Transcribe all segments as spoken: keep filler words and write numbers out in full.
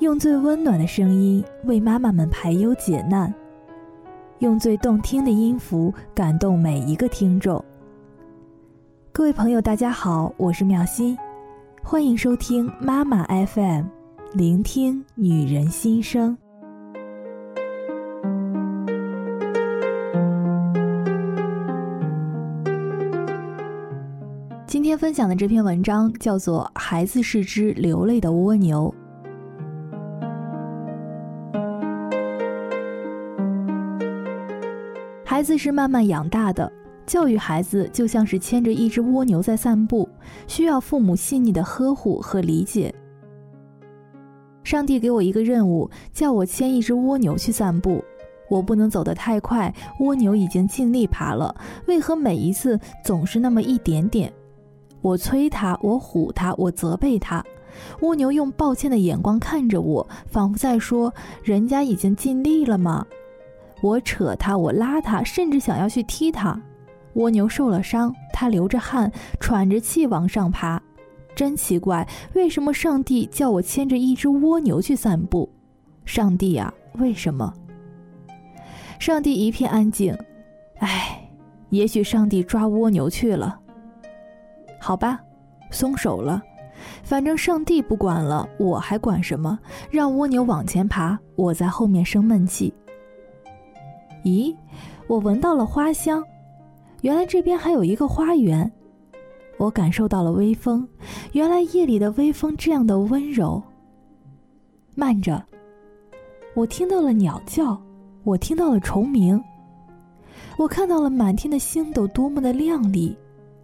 用最温暖的声音为妈妈们排忧解难，用最动听的音符感动每一个听众。各位朋友大家好，我是妙心，欢迎收听妈妈 F M， 聆听女人心声。今天分享的这篇文章叫做《孩子是只流泪的蜗牛》。孩子是慢慢养大的，教育孩子就像是牵着一只蜗牛在散步，需要父母细腻的呵护和理解。上帝给我一个任务，叫我牵一只蜗牛去散步。我不能走得太快，蜗牛已经尽力爬了，为何每一次总是那么一点点？我催它，我唬它，我责备它。蜗牛用抱歉的眼光看着我，仿佛在说，人家已经尽力了吗？我扯它，我拉它，甚至想要去踢它。蜗牛受了伤，它流着汗，喘着气往上爬。真奇怪，为什么上帝叫我牵着一只蜗牛去散步？上帝啊，为什么？上帝一片安静。唉，也许上帝抓蜗牛去了。好吧，松手了。反正上帝不管了，我还管什么？让蜗牛往前爬，我在后面生闷气。咦，我闻到了花香，原来这边还有一个花园。我感受到了微风，原来夜里的微风这样的温柔。慢着，我听到了鸟叫，我听到了虫鸣，我看到了满天的星斗多么的亮丽。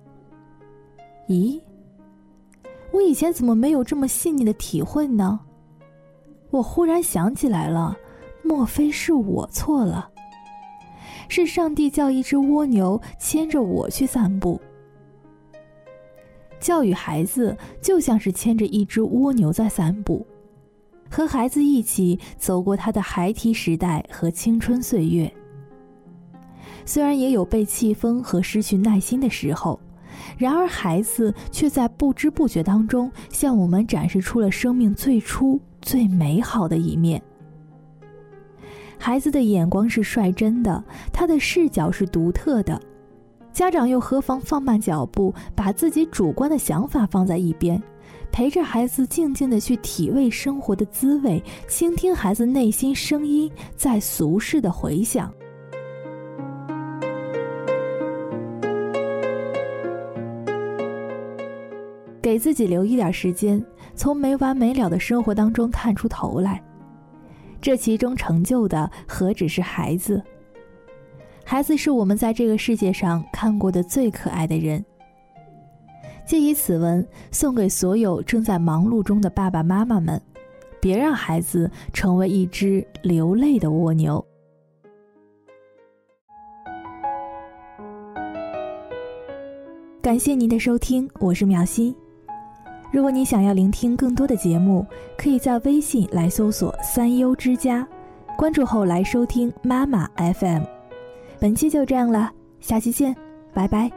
咦，我以前怎么没有这么细腻的体会呢？我忽然想起来了，莫非是我错了？是上帝叫一只蜗牛牵着我去散步。教育孩子就像是牵着一只蜗牛在散步，和孩子一起走过他的孩提时代和青春岁月。虽然也有被气疯和失去耐心的时候，然而孩子却在不知不觉当中向我们展示出了生命最初最美好的一面。孩子的眼光是率真的，他的视角是独特的，家长又何妨放慢脚步，把自己主观的想法放在一边，陪着孩子静静地去体味生活的滋味，倾听孩子内心声音在俗世的回响。给自己留一点时间，从没完没了的生活当中探出头来，这其中成就的何止是孩子？孩子是我们在这个世界上看过的最可爱的人。借以此文送给所有正在忙碌中的爸爸妈妈们，别让孩子成为一只流泪的蜗牛。感谢您的收听，我是苗心。如果你想要聆听更多的节目，可以在微信来搜索三优之家，关注后来收听妈妈 F M。 本期就这样了，下期见，拜拜。